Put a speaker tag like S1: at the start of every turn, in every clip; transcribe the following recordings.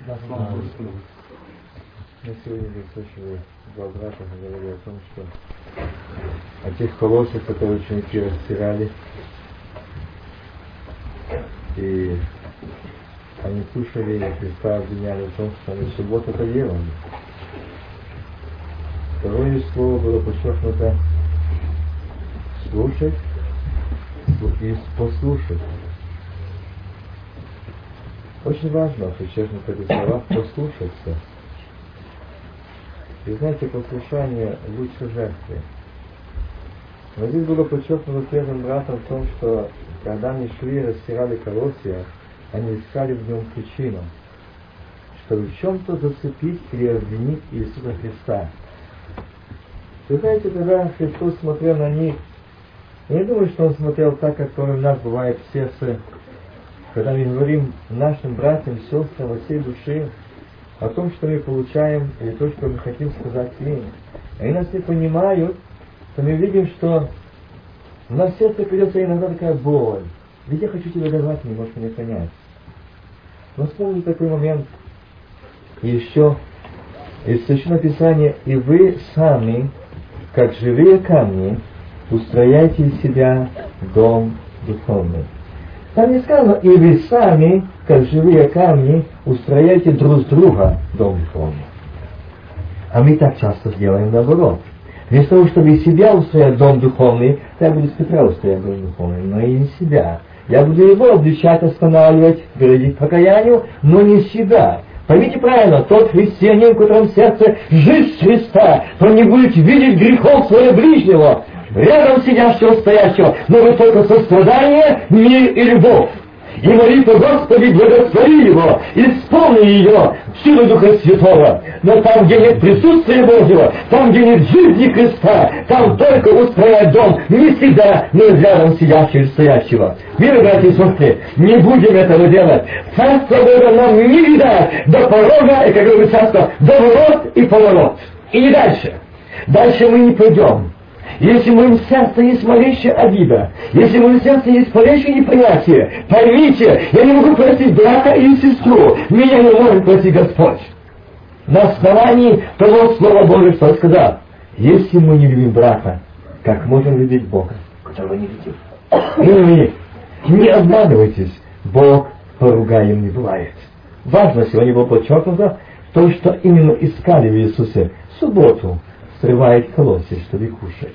S1: Мы сегодня слышали два брата, говорили о том, что о тех колоссах, которые ученики растирали, и они слушали, и Христа обвиняли в том, что они в субботу это делали. Второе слово было подчеркнуто слушать и послушать. Очень важно подчеркнуть эти слова послушаться. И знаете, послушание лучше жертвы. Но здесь было подчеркнуто первым братом в том, что когда они шли и растирали колосья, они искали в нем причину, чтобы в чем-то зацепить или обвинить Иисуса Христа. Вы знаете, когда Христос смотрел на них, я не думаю, что Он смотрел так, как у нас бывает в сердце, когда мы говорим нашим братьям, сестрам от всей души о том, что мы получаем, или то, что мы хотим сказать им. И они нас не понимают, то мы видим, что на сердце придется иногда такая боль. Ведь я хочу тебе давать, не можешь меня понять. Но вспомни такой момент. И еще из Священного Писания: «И вы сами, как живые камни, устрояйте из себя дом духовный». Там не сказано: «И вы сами, как живые камни, устрояйте друг с друга дом духовный». А мы так часто делаем наоборот. Вместо того, чтобы из себя устроять дом духовный, я буду с Петра устроять дом духовный, но и не себя. Я буду его обличать, останавливать, приводить к покаянию, но не себя. Поймите правильно, тот христианин, в котором сердце жизнь Христа, он не будет видеть грехов своего ближнего, рядом сидящего, стоящего, но вы только сострадание, мир и любовь. И молитва: Господи, благослови его, исполни ее в силу Духа Святого. Но там, где нет присутствия Божьего, там, где нет жизни Христа, там только устроять дом не себя, но и рядом сидящего и стоящего. Милые братья и сестры, не будем этого делать. Царство Бога нам не видать до порога, и, как говорит царство, до ворот и поворот. И не дальше. Дальше мы не пойдем. Если в моем сердце есть малейшая обида, если в моем сердце есть малейшее неприятие, поймите, я не могу простить брата или сестру, меня не может простить Господь. На основании того Слова Божьего, что сказал: если мы не любим брата, как можем любить Бога, которого не видим? Не обманывайтесь, Бог поругаем не бывает. Важно сегодня было подчеркнуто то, что именно искали в Иисусе в субботу. Срывает колосья, чтобы кушать.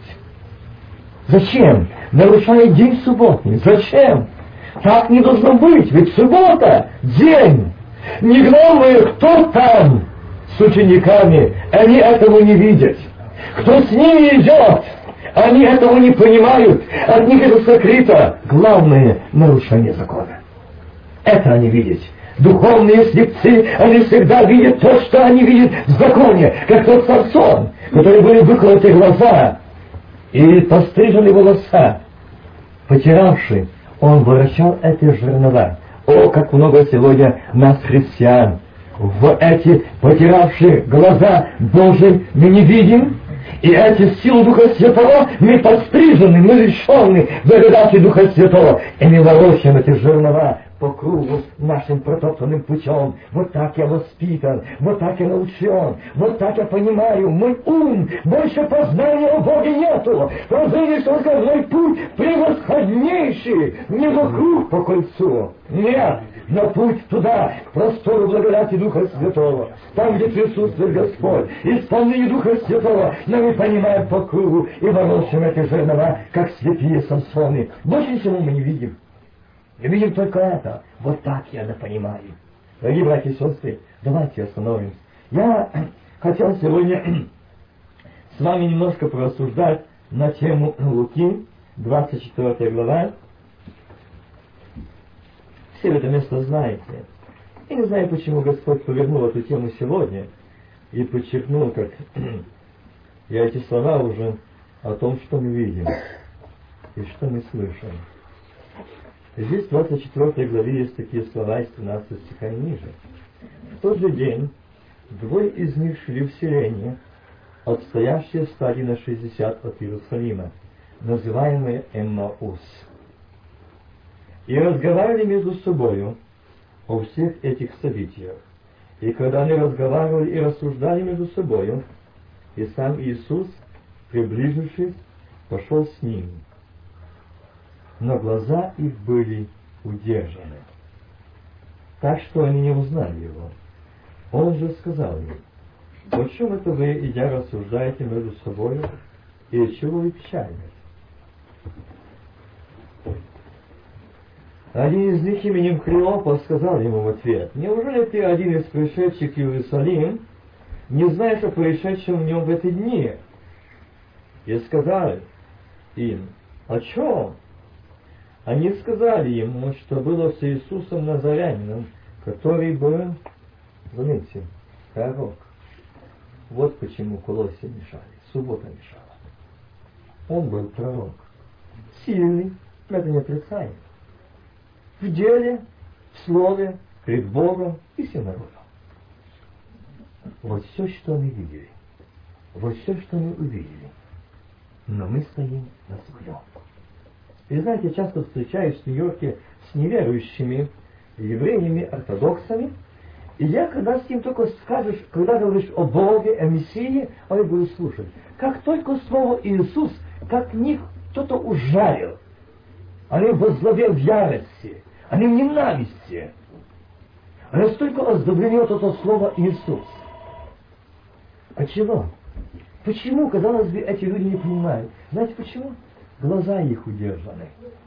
S1: Зачем? Нарушает день субботний. Зачем? Так не должно быть, ведь суббота — день. Не главное, кто там с учениками, они этого не видят. Кто с ними идет, они этого не понимают. От них это сокрыто. Главное — нарушение закона. Это они видят. Духовные слепцы, они всегда видят то, что они видят в законе, как тот Самсон, который были выколоты глаза и пострижены волоса. Потерявший, он выращал эти жернова. О, как много сегодня нас, христиан, в эти потерявшие глаза Божьи мы не видим, и эти силы Духа Святого мы подстрижены, мы лишены благодати Духа Святого, и мы ворочаем эти жернова по кругу нашим протоптанным путем. Вот так я воспитан, вот так я научен, вот так я понимаю. Мой ум, больше познания о Боге нету. Познание, что сказать, мой путь превосходнейший, не вокруг по кольцу. Нет, но путь туда, к простору благодати Духа Святого. Там, где присутствует Господь, исполнение Духа Святого, но мы понимаем по кругу и ворочаем эти жернова, как святые Самсоны. Больше ничего мы не видим. Мы видим только это. Вот так я это понимаю. Дорогие братья и сестры, давайте остановимся. Я хотел сегодня с вами немножко порассуждать на тему Луки, 24 глава. Все это место знаете. Я не знаю, почему Господь повернул эту тему сегодня и подчеркнул, как я эти слова уже о том, что мы видим и что мы слышим. Здесь в 24 главе есть такие слова из 13 стиха и ниже. В тот же день двое из них шли в селение, отстоящее в стадии на 60 от Иерусалима, называемое Эммаус. И разговаривали между собою о всех этих событиях. И когда они разговаривали и рассуждали между собою, и сам Иисус, приближившись, пошел с ними. Но глаза их были удержаны, так что они не узнали его. Он же сказал им: «Почему это вы, идя, рассуждаете между собою, и от чего вы печальны?» Один из них именем Хриопа сказал ему в ответ: «Неужели ты, один из пришедших в Иерусалим, не знаешь о происшедшем в нем в эти дни?» И сказали им: «О чем?» Они сказали ему, что было с Иисусом Назарянином, который был, заметьте, пророк. Вот почему колосья мешали, суббота мешала. Он был пророк, сильный, это не отрицаем, в деле, в слове, пред Богом и всем народом. Вот все, что мы видели, вот все, что мы увидели, но мы стоим на своем. И знаете, я часто встречаюсь в Нью-Йорке с неверующими евреями-ортодоксами, и я, когда с ним только скажешь, когда говоришь о Боге, о Мессии, они будут слушать. Как только слово Иисус, как в них кто-то ужалил, они возглавили в ярости, они в ненависти. Они столько оздобрели вот это слово Иисус. А чего? Почему, казалось бы, эти люди не понимают? Знаете почему? Глаза их удержаны.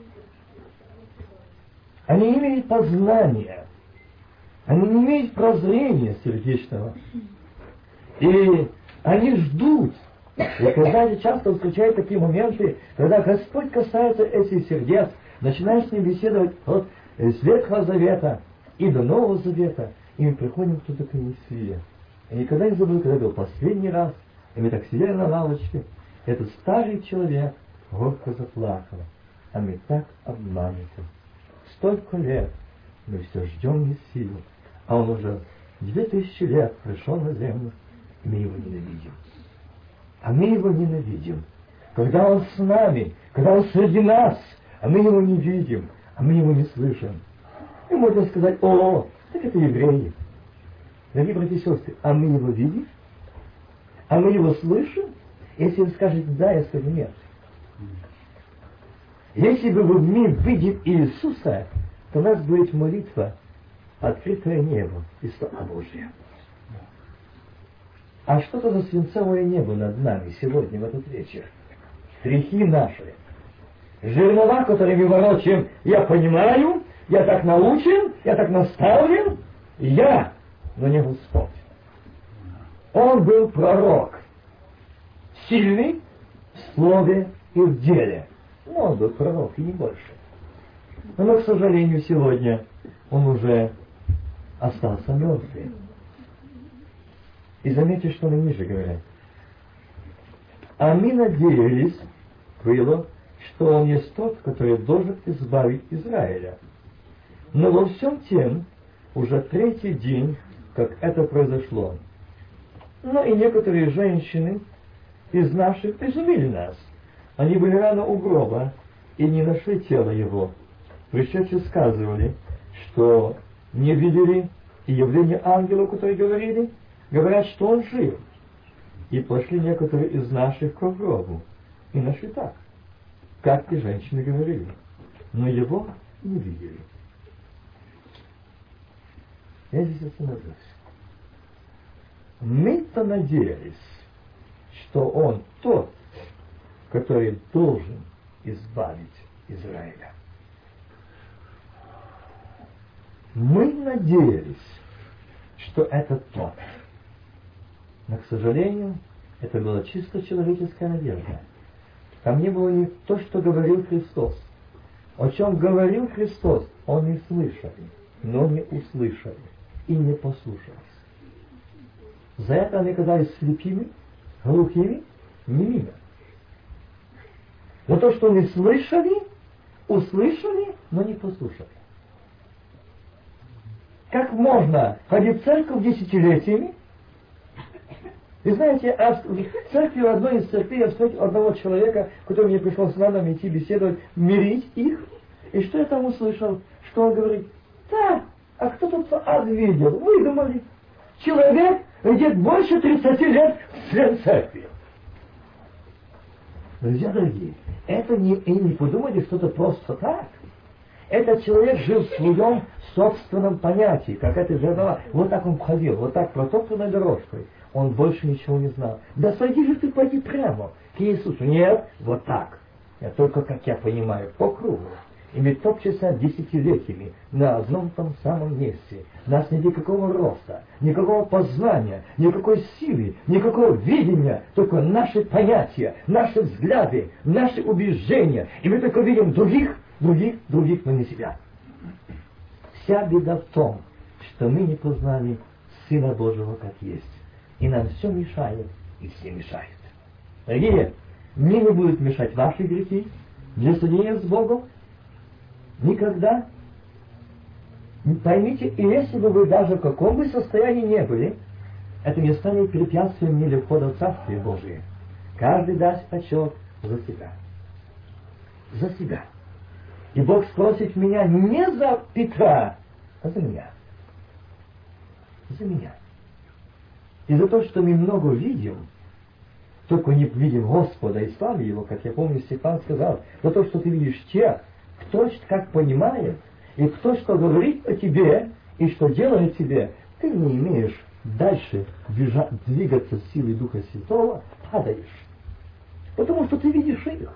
S1: Они не имеют познания. Они не имеют прозрения сердечного. И они ждут. И, знаете, часто встречают такие моменты, когда Господь касается этих сердец, начинаешь с ним беседовать от Ветхого Завета и до Нового Завета, и мы приходим кто-то к Мессии. И никогда не забыл, когда был последний раз, и мы так сидели на лавочке, этот старый человек горько заплакал, а мы так обмануты. Столько лет мы все ждем Мессию, а он уже 2000 лет пришел на землю, и мы его ненавидим. А мы его ненавидим. Когда он с нами, когда он среди нас, а мы его не видим, а мы его не слышим. И можно сказать: о, так это евреи. Дорогие братья и сестры, а мы его видим? А мы его слышим? Если вы скажете да, я скажу нет. Если бы мы видим Иисуса, то у нас будет молитва, открытое небо и слава Божья. А что это за свинцовое небо над нами сегодня, в этот вечер? Грехи наши. Жернова, которые мы ворочаем, я понимаю, я так научен, я так наставлен, но не Господь. Он был пророк, сильный в слове и в деле. Но он был пророк, и не больше. Но, к сожалению, сегодня он уже остался мертвым. И заметьте, что они ниже говорят. А мы надеялись, было, что он есть тот, который должен избавить Израиля. Но во всем тем, уже третий день, как это произошло. Но и некоторые женщины из наших изумили нас. Они были рано у гроба и не нашли тело его. Пришедшие сказывали, что не видели и явление ангелов, которые говорят, что он жив. И пошли некоторые из наших к гробу и нашли так, как и женщины говорили, но его не видели. Я здесь остановлюсь. Мы-то надеялись, что он тот, который должен избавить Израиля. Мы надеялись, что это тот. Но, к сожалению, это была чисто человеческая надежда. Там не было ни то, что говорил Христос. О чем говорил Христос, он не слышали, но не услышали и не послушались. За это они казались слепыми, глухими, немыми. За то, что не слышали, услышали, но не послушали. Как можно ходить в церковь десятилетиями? Вы знаете, в церкви, в одной из церквей я встретил одного человека, который мне пришлось с нами идти беседовать, мирить их. И что я там услышал? Что он говорит: да, а кто тут ад видел? Выдумали.
S2: человек где больше 30 лет в член церкви. Друзья дорогие, это не подумайте, что это просто так. Этот человек жил в своем собственном понятии, как эта жена. Вот так он ходил, вот так протоптанной дорожкой. Он больше ничего не знал. Да сойди же ты пойди прямо к Иисусу. Нет, вот так. Только, как я понимаю, по кругу. И мы топчемся десятилетиями на одном том самом месте. У нас нет никакого роста, никакого познания, никакой силы, никакого видения, только наши понятия, наши взгляды, наши убеждения. И мы только видим других, но не себя. Вся беда в том, что мы не познали Сына Божьего как есть. И нам все мешает, и все мешает. Дорогие, мне не будет мешать ваши грехи для судения с Богом. Никогда. Поймите, и если бы вы даже в каком бы состоянии не были, это не станет препятствием мне для входа в Царствие Божие. Каждый даст отчет за себя. За себя. И Бог спросит меня не за Петра, а за меня. За меня. И за то, что мы много видим, только не видим Господа и славы Его, как я помню, Стефан сказал, за то, что ты видишь тех, кто как понимает, и кто что говорит о тебе, и что делает тебе, ты не имеешь дальше двигаться в силе Духа Святого, падаешь. Потому что ты видишь их.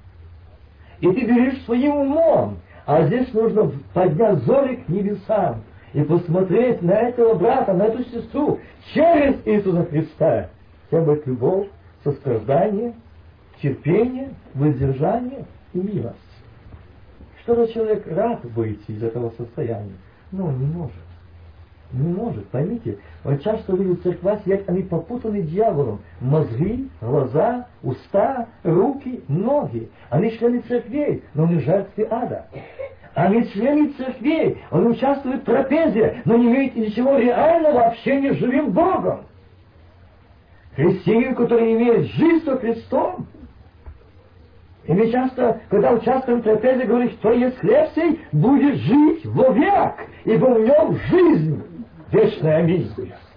S2: И ты берешь своим умом, а здесь нужно поднять взоры к небесам и посмотреть на этого брата, на эту сестру через Иисуса Христа. Хотя бы любовь, сострадание, терпение, воздержание и милость. Что-то человек рад выйти из этого состояния, но он не может. Не может, поймите. Вот часто люди в церквах сидят, они попутаны дьяволом. Мозги, глаза, уста, руки, ноги. Они члены церквей, но они жертвы ада. Они члены церквей, они участвуют в трапезе, но не имеют ничего реального общения с живым Богом. Христианин, который имеет жизнь со Христом. И мы часто, когда участвуем в трапезе, говорим, что есть хлеб сей, будет жить вовек, ибо в нем жизнь вечная. Аминь.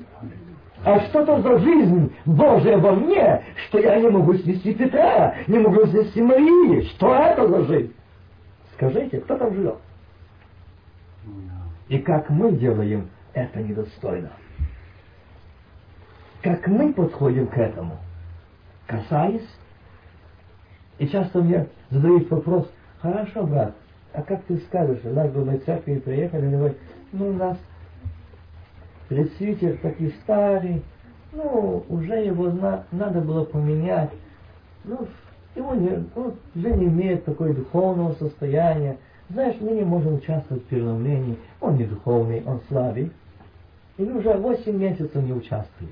S2: А что то за жизнь Божия во мне, что я не могу снести Петра, не могу снести Марии? Что это за жизнь? Скажите, кто там живет? И как мы делаем это недостойно? Как мы подходим к этому? Касаясь? И часто мне задают вопрос: хорошо, брат, а как ты скажешь, у нас в одной церкви приехали, и говорят, у нас пресвитер такой старый, уже его надо было поменять, его уже не имеет такого духовного состояния, знаешь, мы не можем участвовать в переломлении, он не духовный, он слабый, и уже 8 месяцев не участвует.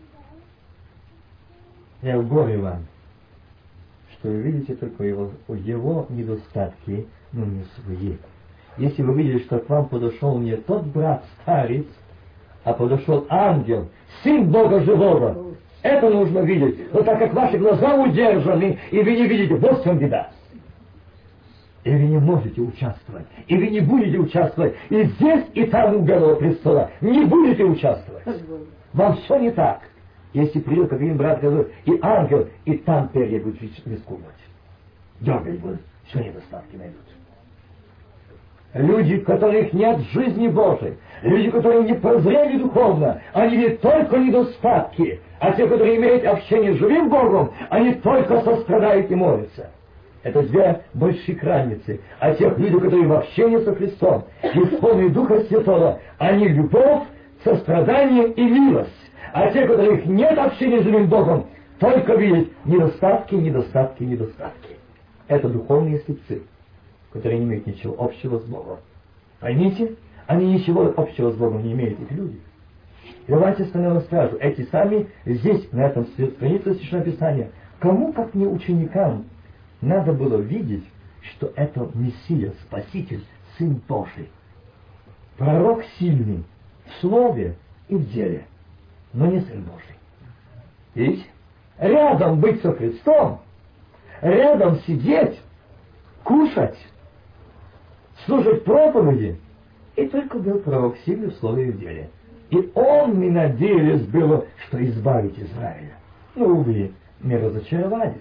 S2: Я говорю вам, что вы видите только его недостатки, но не свои. Если вы видели, что к вам подошел не тот брат-старец, а подошел ангел, Сын Бога Живого, это нужно видеть. Но так как ваши глаза удержаны, и вы не видите, вот в чем беда. И вы не можете участвовать, и вы не будете участвовать, и здесь, и там у Белого престола не будете участвовать. Вам все не так. Если придет, как один брат говорит, и ангел, и там перья будут рискувати. Дергать будут, все недостатки найдут. Люди, у которых нет жизни Божией, люди, которые не прозрели духовно, они видят только недостатки, а те, которые имеют общение с живым Богом, они только сострадают и молятся. Это две большие разницы. А те люди, которые в общении со Христом, исполнены Духа Святого, они любовь, сострадание и милость. А те, у которых нет общения с живым Богом, только видят недостатки, недостатки, недостатки. Это духовные слепцы, которые не имеют ничего общего с Богом. Поймите, они ничего общего с Богом не имеют, эти люди. И давайте становим стражу. Эти сами здесь, на этом странице Священного Писания, кому, как не ученикам, надо было видеть, что это Мессия, Спаситель, Сын Божий. Пророк сильный в слове и в деле, но не Сын Божий. Видите? Рядом быть со Христом, рядом сидеть, кушать, слушать проповеди, и только был пророк сильный в слове и в деле. И он, мы надеялись было, что избавит Израиля. Но, увы, мы разочаровались.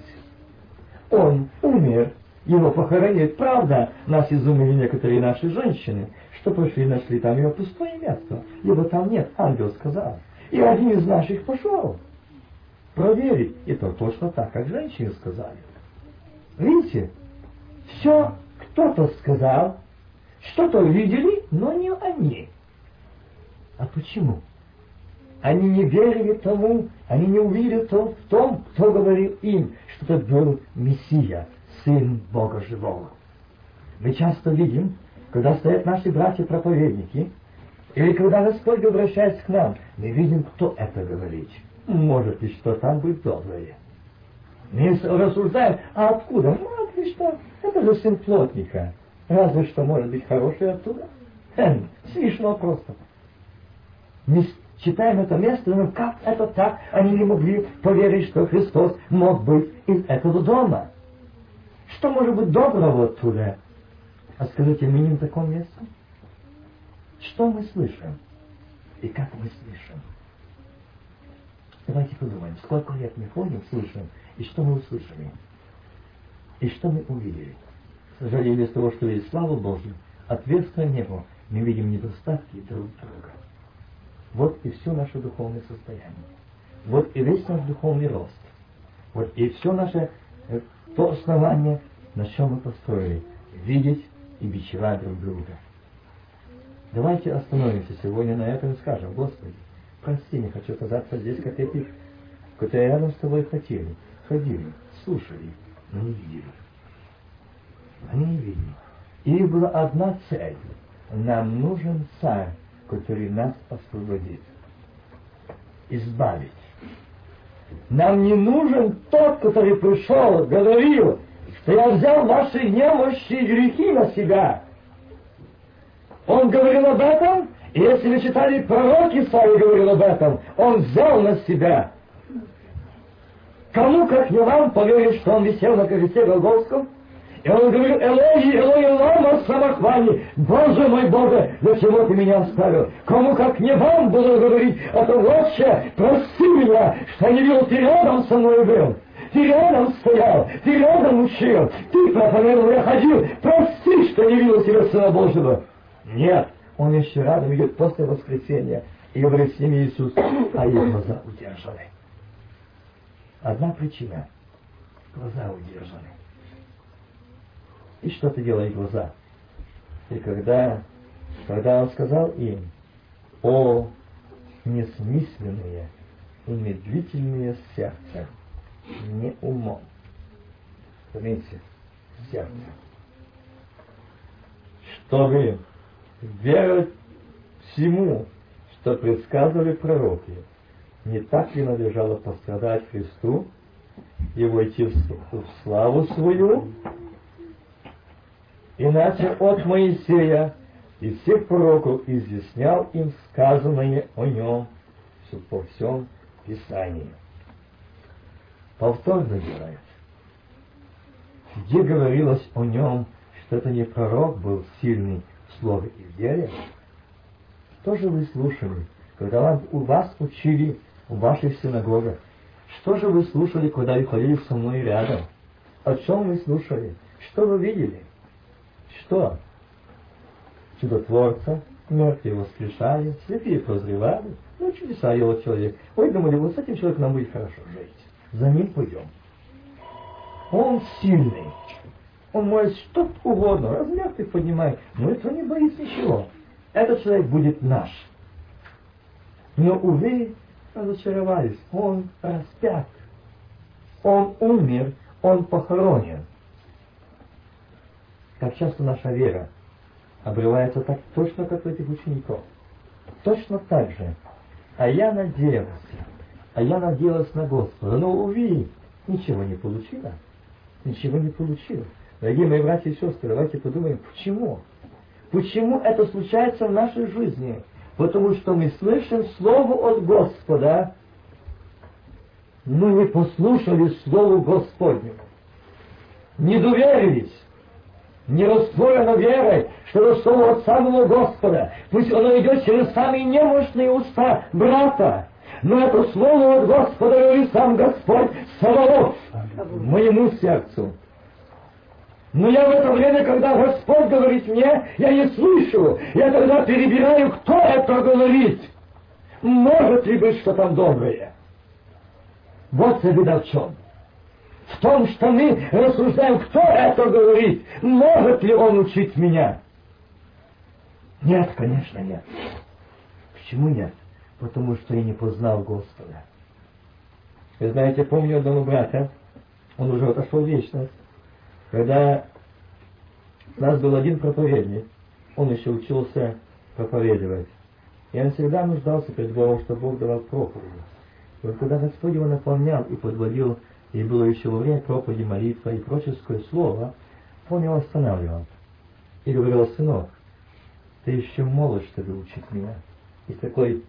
S2: Он умер, его похоронили. Правда, нас изумили некоторые наши женщины, что пошли, нашли там его пустое место. Его там нет, ангел сказал. И один из наших пошел проверить. И то точно так, как женщины сказали. Видите, все кто-то сказал, что-то видели, но не они. А почему? Они не верили тому, они не увидели в том, кто говорил им, что это был Мессия, Сын Бога Живого. Мы часто видим, когда стоят наши братья-проповедники, или когда Господь обращается к нам, мы видим, кто это говорит. Может ли что там быть доброе? Мы рассуждаем, а откуда? Может ли что? Это же сын плотника. Разве что может быть хороший оттуда? Смешно просто. Мы читаем это место, но как это так? Они не могли поверить, что Христос мог быть из этого дома. Что может быть доброго оттуда? А скажите, мы не в таком месте? Что мы слышим? И как мы слышим? Давайте подумаем, сколько лет мы ходим, слышим, и что мы услышали? И что мы увидели? К сожалению, из того, что есть слава Божью, отверстие небо, мы видим недостатки друг друга. Вот и все наше духовное состояние. Вот и весь наш духовный рост. Вот и все наше то основание, на чем мы построили. Видеть и бичевать друг друга. Давайте остановимся сегодня на этом и скажем: Господи, прости, не хочу оказаться здесь, как эти, которые рядом с тобой ходили, слушали, но не видели. Они не видели. И была одна цель. Нам нужен царь, который нас освободит, избавить. Нам не нужен тот, который пришел, говорил, что я взял ваши немощи и грехи на себя. Он говорил об этом, и если вы читали пророки, Исаия говорил об этом, он взял на себя. Кому, как не вам, поверить, что он висел на кресте Голгофском? И он говорил: Элои, Элои, лама сабахвани, Боже мой Боже, для чего ты меня оставил? Кому, как не вам, было говорить: это Отче, прости меня, что не видел, ты рядом со мной был. Ты рядом стоял, ты рядом учил, ты проповедовал, я ходил, прости, что не видел тебя, Сына Божьего. Нет, он еще рядом идет после воскресения и говорит с ними Иисус, а их глаза удержаны. Одна причина — глаза удержаны. И что-то делает глаза. И когда он сказал им: о, несмысленные и медлительные сердца, не умом. Заметьте, сердце. Чтобы верить всему, что предсказывали пророки, не так ли надлежало пострадать Христу и войти в славу свою? Иначе от Моисея и всех пророков изъяснял им сказанное о нем по всем Писанию. Повторно делает. Где говорилось о нем, что это не пророк был сильный в слове и в деле? Что же вы слушали, когда вас учили в ваших синагогах? Что же вы слушали, когда вы ходили со мной рядом? О чем вы слушали? Что вы видели? Что? Чудотворца, мертвые воскрешали, слепые прозревали. Ну, чудеса делал человек. Ой, думали, вот с этим человеком нам будет хорошо жить. За ним пойдем. Он сильный. Он может что угодно. Размер ты поднимай. Но это не боится ничего. Этот человек будет наш. Но, увы, разочаровались. Он распят. Он умер. Он похоронен. Как часто наша вера обрывается так точно, как у этих учеников. Точно так же. А я надеялась на Господа. Но, увы, ничего не получила. Ничего не получила. Дорогие мои братья и сестры, давайте подумаем, почему? Почему это случается в нашей жизни? Потому что мы слышим Слово от Господа, но не послушали Слову Господнему. Не доверились. не раствоено верой, что это слово от самого Господа, пусть оно идет через самые немощные уста брата, но это слово от Господа говорит сам Господь Саваоф моему сердцу. Но я в это время, когда Господь говорит мне, я не слышу, я тогда перебираю, кто это говорит. Может ли быть, что там доброе? Вот вся беда в чем. В том, что мы рассуждаем, кто это говорит. Может ли он учить меня? Нет, конечно, нет. Почему нет? Потому что я не познал Господа. Вы знаете, помню одного брата, он уже отошел в вечность, когда у нас был один проповедник, он еще учился проповедовать. И он всегда нуждался перед Богом, чтобы Бог давал проповеди. И вот когда Господь его наполнял и подводил, и было еще во время проповеди, молитва и пророческое слово, он его останавливал. И говорил: сынок, ты еще молод, чтобы учить меня. И с такой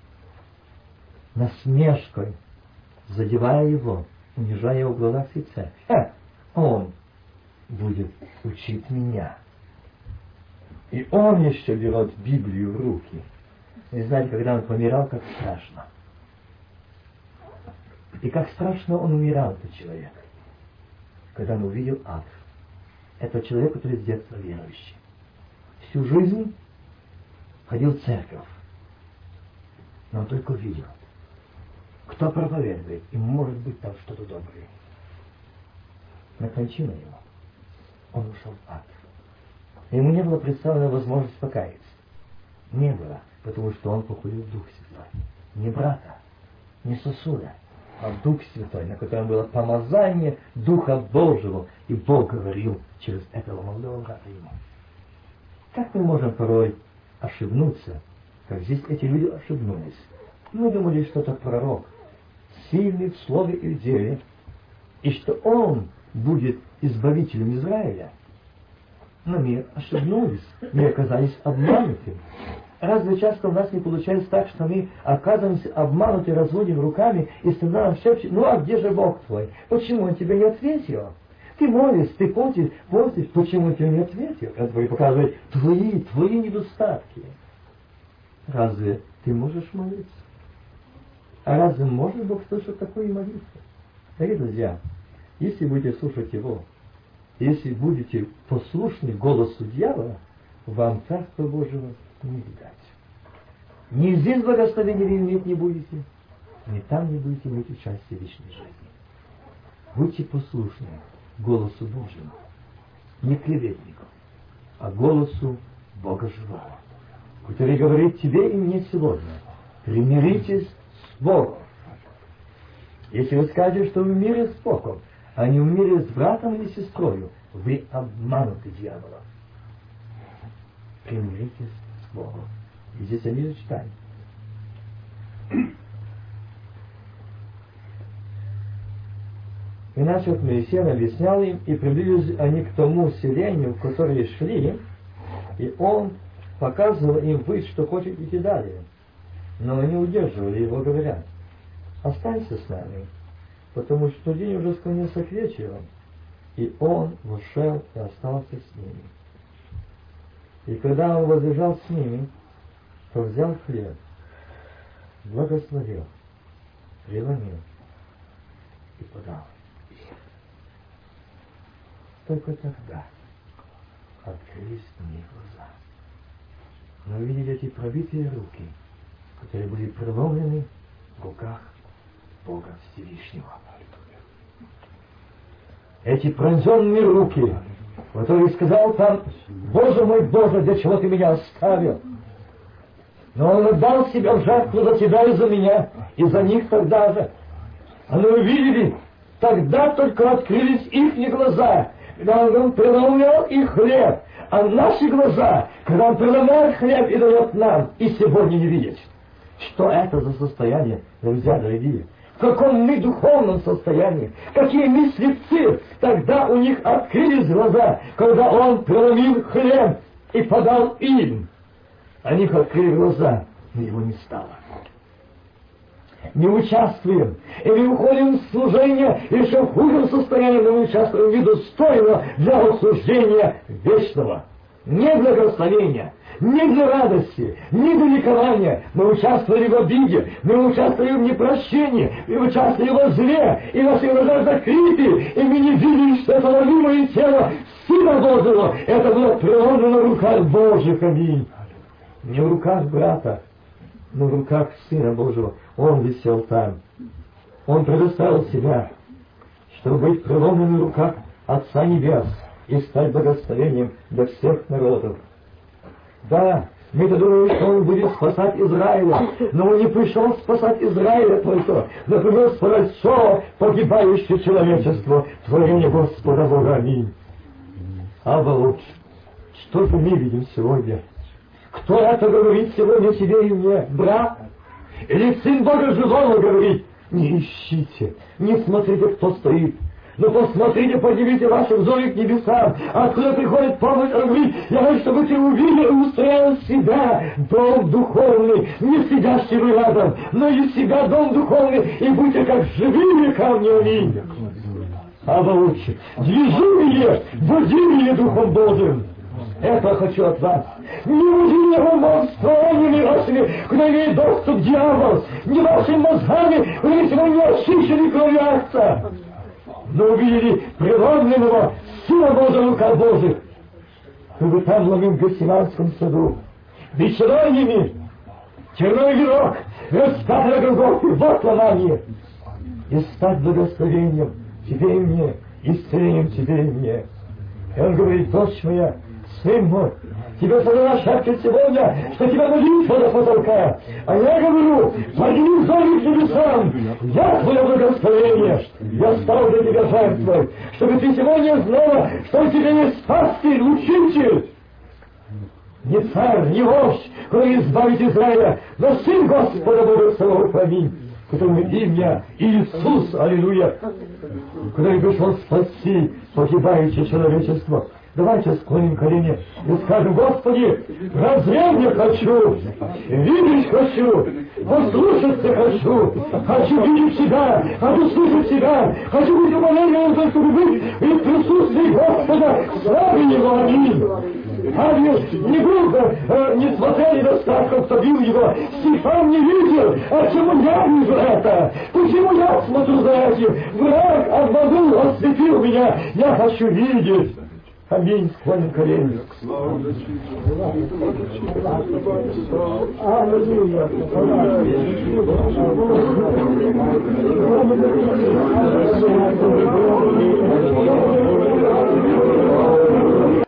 S2: насмешкой, задевая его, унижая его в глазах всей церкви, он будет учить меня. И он еще берет Библию в руки. И знаете, когда он помирал, как страшно. И как страшно он умирал, этот человек, когда он увидел ад. Это человек, который с детства верующий. Всю жизнь ходил в церковь. Но он только видел, кто проповедует, и может быть там что-то доброе. На кончину его он ушел в ад. Ему не было представлена возможность покаяться. Не было, потому что он похулил Дух Святой. Не брата, не сосуда, а Дух Святой, на котором было помазание Духа Божьего, и Бог говорил через этого молодого брата ему. Как мы можем порой ошибнуться, как здесь эти люди ошибнулись? Мы думали, что это пророк, сильный в слове и в деле, и что он будет избавителем Израиля. Но мы ошибнулись, мы оказались обманутыми. Разве часто у нас не получается так, что мы оказываемся обмануты, разводим руками и становимся шепчем: ну а где же Бог твой? Почему он тебе не ответил? Ты молишься, ты постишь, почему он тебе не ответил? Это показывает твои недостатки. Разве ты можешь молиться? А разве может Бог слышать такую молитву? Дорогие друзья, если будете слушать Его, если будете послушны голосу дьявола, вам Царство Божьего не видать. Ни здесь благословения вы иметь не будете, ни там не будете иметь участие в вечной жизни. Будьте послушны голосу Божьему, не клеветнику, а голосу Бога живого, который говорит тебе и мне сегодня: примиритесь с Богом. Если вы скажете, что вы в мире с Богом, а не в мире с братом или сестрой, вы обмануты дьяволом. Примиритесь с Богом. И здесь они читают. Иначе вот Моисей объяснял им, и приблизились они к тому селению, в которое шли, и он показывал им вид, что хочет идти далее. Но они удерживали его, говоря: останься с нами, потому что день уже склонился к вечеру. И он вошел и остался с ними. И когда он возлежал с ними, то взял хлеб, благословил, преломил и подал. Только тогда открылись у них глаза. Мы увидели эти пробитые руки, которые были преломлены в руках Бога Всевышнего. Эти пронзенные руки, который сказал там: Боже мой, Боже, для чего ты меня оставил? Но он отдал себя в жертву за тебя и за меня, и за них тогда же. А мы увидели, тогда только открылись их глаза, когда он преломлял их хлеб, а наши глаза, когда он преломляет хлеб и дает нам, и сегодня не видеть. Что это за состояние, друзья дорогие? В каком мы духовном состоянии? Какие мы слепцы? Тогда у них открылись глаза, когда он преломил хлеб и подал им. Они открыли глаза, но его не стало. Не участвуем, и мы уходим в служение, еще в худшем состоянии, но мы участвуем в виду достойного для осуждения вечного. Не для благословения, не для радости, не для ликования. Мы участвовали в обиде, мы участвовали в непрощении, мы участвовали во зле, и наши глаза закрыты, и мы не видели, что это ломимое тело Сына Божьего. Это было преломлено в руках Божьих, аминь. Не в руках брата, но в руках Сына Божьего. Он висел там. Он предоставил себя, чтобы быть преломленным в руках Отца Небес и стать благословением для всех народов. Да, мы-то думаем, что Он будет спасать Израиля, но Он не пришел спасать Израиля только, но пришел спасать все погибающее человечество, творение Господа Бога. Аминь. Абба лучше. Что же мы видим сегодня? Кто это говорит сегодня тебе и мне? Брат? Или Сын Бога Живого говорит? Не ищите, не смотрите, кто стоит. Но посмотрите, поднимите ваши взоры к небесам, откуда приходит помощь. Он говорит: я хочу, чтобы ты увидел и устроил себя дом духовный, не сидящий вы рядом, но и себя дом духовный, и будьте как живые камни. Аминь. А лучше движимые, будимые Духом Божиим. Это хочу от вас. Не будите умом строенными вашими, куда имеет доступ дьявол, не вашими мозгами, куда вы сегодня не очищены кровью Агнца, но увидели преломленного Сына Божьего в руках Божьих. Вы там ломим в Гефсиманском саду. Вечерами черной венок, распятый на Голгофе, вот ломание. И стать благословением тебе и мне, исцелением тебе и мне. И он говорит: дочь моя, сын мой, тебе задала шапка сегодня, что тебя молитва до потолка. А я говорю: подними взоры к небесам, я твое благословение, я стал для тебя жертвой, чтобы ты сегодня знала, что у тебя есть пастырь, учитель. Не царь, не вождь, который избавит Израиля, но Сын Господа Бога Саваофа, аминь, которому имя Иисус, аллилуйя, который пришел спасти погибающее человечество. Давайте склоним колени и скажем: Господи, прозрение хочу, видеть хочу, послушаться хочу видеть Тебя, хочу слышать Тебя, хочу быть умолением, чтобы быть и в присутствии Господа, славе Его, аминь. Аминь. Не был, несмотря на недостатков, кто бил его, Стефан не видел. А чему я вижу это? Почему я смотрю за этим? Враг обманул, ослепил меня. Я хочу видеть. Аминь. Склоним колени. Аллилуйя.